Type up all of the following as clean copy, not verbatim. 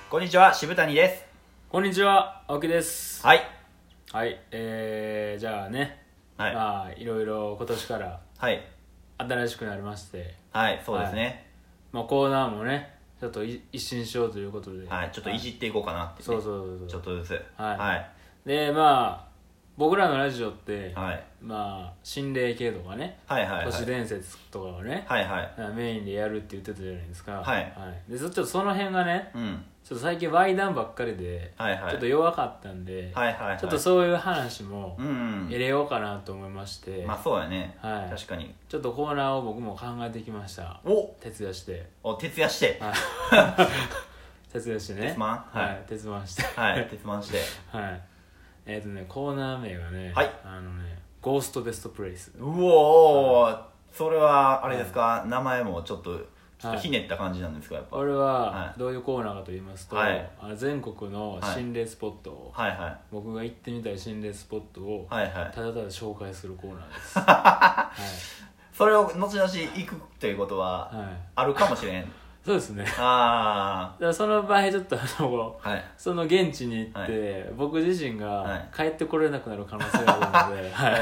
こんにちは、渋谷です。 こんにちは、青木です。 はい。 はい、じゃあね、 はい。 まあいろいろ今年からはい。 新しくなりまして、 はい、そうですね。 まあコーナーもね、ちょっと一新しようということで、 はい、ちょっといじっていこうかなって、ね。 そうそうちょっとずつ。 はい。 はい。 で、まあ僕らのラジオって、 はい。 まあ心霊系とかね、 はいはいはい。 都市伝説とかをね、 はいはい。 メインでやるって言ってたじゃないですか。 はい。 で、ちょっとその辺がね、 うん。 ちょっと最近ワイダンばっかりで、 はいはい。 ちょっと弱かったんで、 はいはいはい。 ちょっとそういう話も入入れようかなと思いまして、 まあそうやね。 はい。 確かに。 ちょっとコーナーを僕も考えてきました。 お徹夜して。 徹夜して。 はい。徹夜してね。 鉄マンはい。徹マンして。 はい、鉄マンして。 はい。コーナー名がね、 はい。 ゴーストベストプレイス。 うおー、それは、あれですか、名前もちょっとひねった感じなんですか、やっぱ。 これは、どういうコーナーかと言いますと、 はい、 全国の心霊スポットを、 はいはい、 僕が行ってみたい心霊スポットを、 はいはい、 ただただ紹介するコーナーです。はい。 それを後々行くということは、あるかもしれん。 そうですね。 あだからその場合ちょっとはい、 その現地に行って、はい、僕自身が帰ってこれなくなる可能性があるので、はい、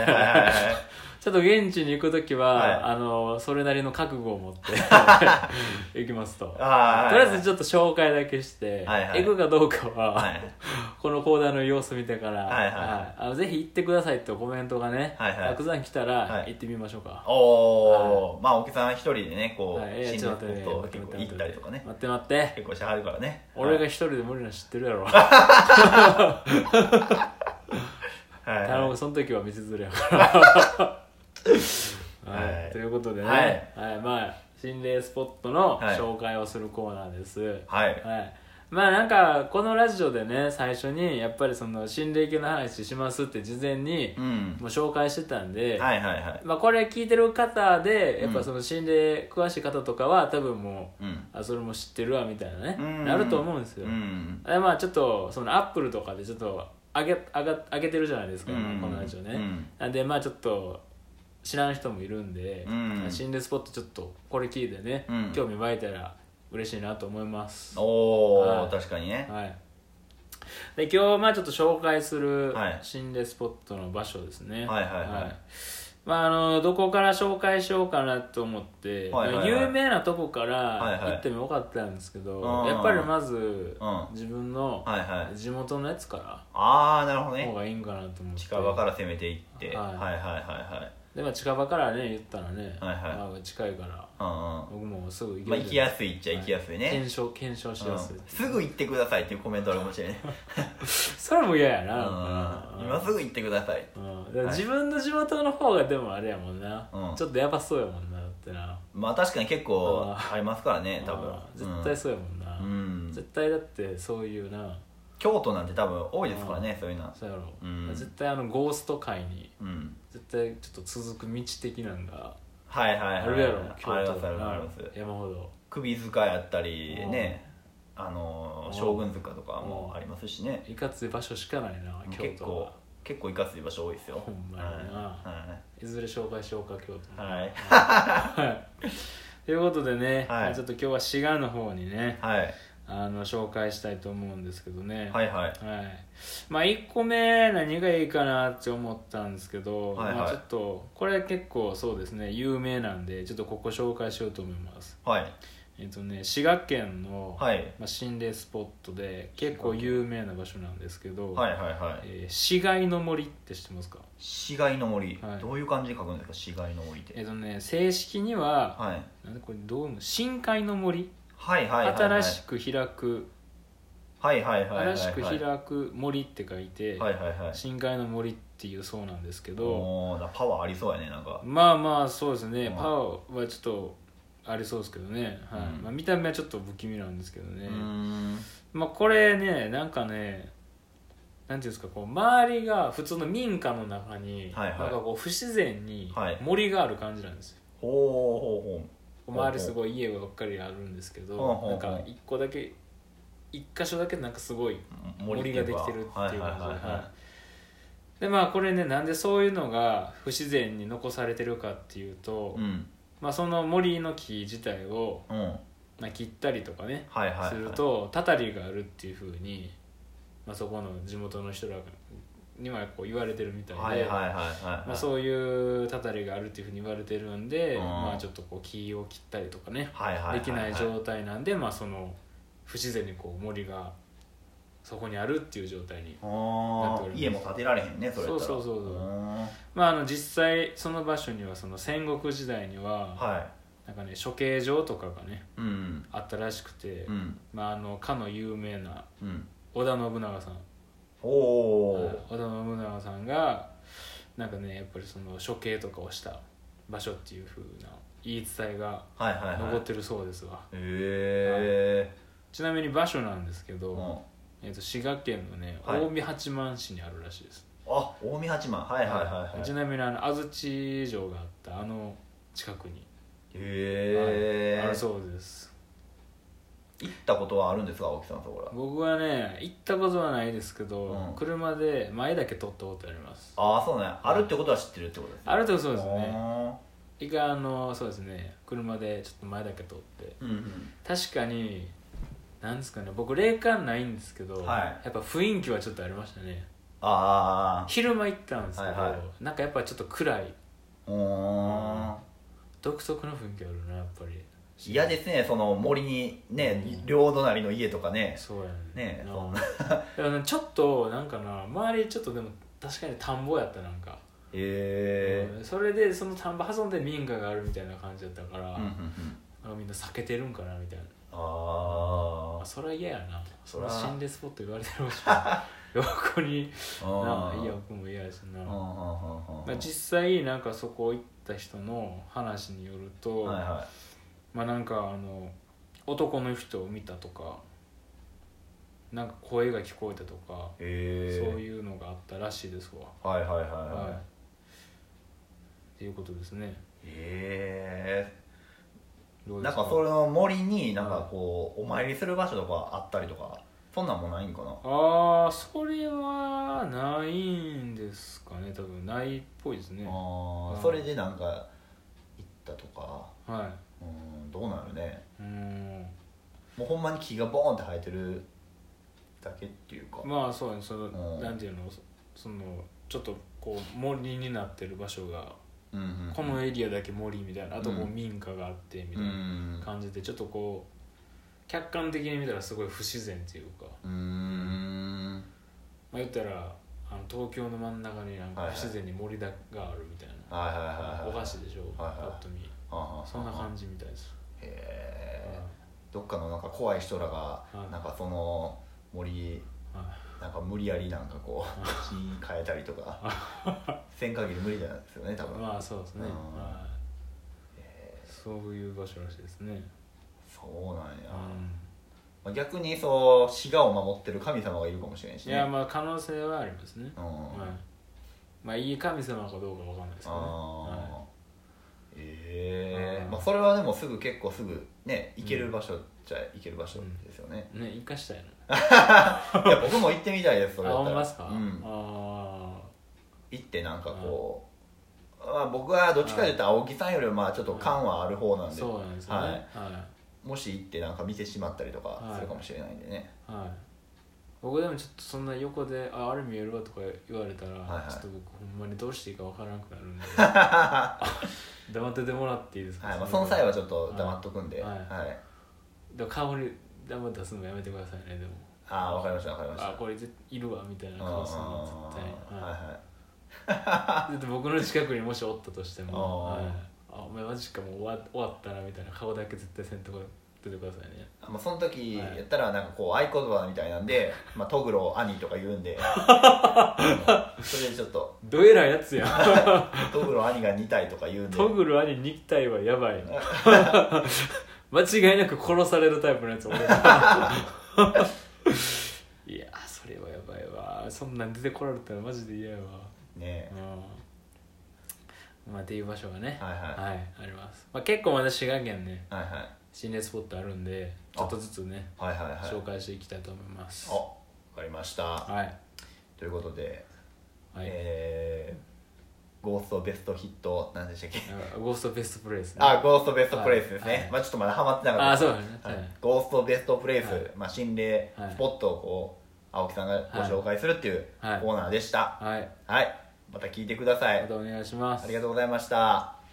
ちょっと現地に行くときは、はい、それなりの覚悟を持って行きますと。とりあえずちょっと紹介だけして、はいはい、行くかどうかは、はい、このコーナーの様子見てから、はいはいはい、ぜひ行ってくださいってコメントがね、はいはい、たくさん来たら行ってみましょうか。 おー、まあ奥さん一人でね、こう、 心霊スポット結構行ったりとかね。 待って待って。 結構しはるからね。 俺が一人で無理な知ってるやろ。頼む、その時は道連れやから。はい、ということでね、はい、まあ心霊スポットの紹介をするコーナーです。はい。はい。まあなんかこのラジオでね、最初にやっぱりその心霊系の話しますって事前にもう紹介してたんで、はいはいはい、まあこれ聞いてる方でやっぱその心霊詳しい方とかは多分もう、それも知ってるわみたいなね、なると思うんですよ。まあちょっとそのアップルとかでちょっと上げてるじゃないですか、このラジオね。なんでまあちょっと知らん人もいるんで、心霊スポットちょっとこれ聞いてね、興味湧いたら嬉しいなと思います。 おー、はい、確かにね。はい。 で今日まあちょっと紹介する心霊スポットの場所ですね。はいはいはい。はい、まあどこから紹介しようかなと思って、はいはいはい、有名なとこから行ってもよかったんですけど、はいはい、やっぱりまず、自分の地元のやつからなるほどね。 方がいいんかなと思って。 近場から攻めていって、はいはいはいはい。 でまあ、近場からね言ったらね、はいはい、まあ、近いから、僕もすぐ行ける、 まあ、行きやすいっちゃ行きやすいね、 検証しやすい、 すぐ行ってくださいっていうコメントあるかもしれないそれも嫌やな、 今すぐ行ってください、 だから自分の地元の方がでもあれやもんな、ちょっとやばそうやもんなってな。 まあ確かに結構ありますからね、多分絶対そうやもんな、絶対だってそういうな、 京都なんて多分多いですからね、そういうの。 そうやろ、絶対ゴースト界に、絶対ちょっと続く道的なんがあるやろ、京都あります山ほど。 首塚やったりね、将軍塚とかもありますしね。 いかつい場所しかないな、京都は。 結構いかつい場所多いですよ、 ほんまにな。いずれ紹介しようか、京都。はいということでね、ちょっと今日は滋賀の方にね、紹介したいと思うんですけどね。はいはい。まあ1個目何がいいかなって思ったんですけど、まあちょっとこれ結構そうですね有名なんで、ちょっとここ紹介しようと思います。はい。滋賀県の、心霊スポットで結構有名な場所なんですけど、死骸の森って知ってますか？ 死骸の森、どういう感じで書くんですか、死骸の森って。 正式には、なんでこれどうも深海の森、新しく開く、新しく開く森って書いて、深海の森っていうそうなんですけど、 パワーありそうやね、なんか。 まあまあそうですね、パワーはちょっとありそうですけどね、まあ、見た目はちょっと不気味なんですけどね。まあこれね、なんかね、なんていうんですか、こう周りが普通の民家の中に、なんかこう不自然に森がある感じなんですよ。周りすごい家ばっかりあるんですけど、なんか一個だけ一箇所だけなんかすごい森ができてるっていう感じで、まあこれね、なんでそういうのが不自然に残されてるかっていうと、まあその森の木自体を切ったりとかね、 はいはいはい、 するとたたりがあるっていうふうに、そこの地元の人らにはこう言われてるみたいで、そういうたたりがあるっていうふうに言われてるんで、ちょっとこう木を切ったりとかね、できない状態なんで、その不自然にこう森がそこにあるっていう状態になっております。 家も建てられへんね、それやったら。 そう実際その場所にはその戦国時代には、なんかね処刑場とかがね、あったらしくて、かの有名な織田信長さん、織田信長さんがなんかねやっぱりその処刑とかをした場所っていう風な言い伝えが残ってるそうですわ。ちなみに場所なんですけど、滋賀県のね近江八幡市にあるらしいです。 近江八幡、 ちなみに安土城があった近くにあるそうです。 行ったことはあるんですか、青木さんところ。 僕はね行ったことはないですけど、車で前だけ通ったことあります。 そうね、あるってことは知ってるってことですね。 あるってことそうですね。一回そうですね、車でちょっと前だけ通って、確かになんですかね、僕霊感ないんですけど、やっぱ雰囲気はちょっとありましたね。昼間行ったんですけど、なんかやっぱちょっと暗い、独特の雰囲気あるな、やっぱり。 嫌ですね、その森にね、両隣の家とかね。 そうやね。ちょっとなんかな、周りちょっとでも確かに田んぼやった、なんか。それでその田んぼ挟んで民家があるみたいな感じだったから、みんな避けてるんかなみたいな。それは嫌やな。それは心霊スポット言われてるかもしれない横にいや僕も嫌やしな。実際なんかそこ行った人の話によると、なんか男の人を見たとか、なんか声が聞こえたとか、そういうのがあったらしいですわ。っていうことですね。 なんかその森になんかこうお参りする場所とかあったりとか、そんなんもないんかな。 それはないんですかね、多分ないっぽいですね。 それでなんか行ったとか、どうなるね。もうほんまに木がボーンって生えてるだけっていうか、 そうね、なんていうの、そのちょっとこう森になってる場所が、このエリアだけ森みたいな、あとこう民家があってみたいな感じで、ちょっとこう客観的に見たらすごい不自然っていうか、言ったら東京の真ん中になんか不自然に森があるみたいな、おかしいでしょ、パッと見。そんな感じみたいです。 どっかのなんか怖い人らがなんかその森なんか無理やりなんかこう木変えたりとかせん限り無理なんですよね、多分。 そうですね。そういう場所らしいですね。 そうなんや。逆にそう滋賀を守ってる神様がいるかもしれないしね。 いや可能性はありますね。いい神様かどうかわかんないですけどね。 それはでも結構すぐね行ける場所っちゃ行ける場所ですよね。 行かしたいいや僕も行ってみたいです。それだったら。 ほんまですか。 行ってなんかこう、僕はどっちかというと青木さんよりはちょっと感はある方なんで、 そうなんですよね。 もし行ってなんか見てしまったりとかするかもしれないんでね。 僕でもちょっとそんな横であれ見えるわとか言われたら、ちょっと僕ほんまにどうしていいかわからなくなるんで黙っててもらっていいですか。 その際はちょっと黙っとくんで。 でも顔に黙って出すのやめてくださいね。でもわかりましたわかりました。 これいるわみたいな顔するの絶対。だって僕の近くにもしおったとしても、お前マジかもう終わったなみたいな顔だけ絶対せんとこ出てくださいね。 その時やったらなんかこう合言葉みたいなんでトグロ兄とか言うんでそれでちょっとどえらいやつやんトグロ兄が2体とか言うんで。 トグロ兄2体はやばい間違いなく殺されるタイプのやつ俺いやそれはやばいわ。そんなん出てこられたらマジで嫌やわね。っていう場所がねあります。結構まだ滋賀県ね心霊スポットあるんで、ちょっとずつね紹介していきたいと思います。 わかりました。ということで5 ゴーストベストヒットなんでしたっけゴーストベストプレイス、 ね、ゴーストベストプレイスですね、ちょっとまだハマってなかった。 そうですね、 ゴーストベストプレイス、心霊スポットをこう青木さんがご紹介するっていうコーナーでした。はい、また聞いてください。 またお願いします。 ありがとうございました。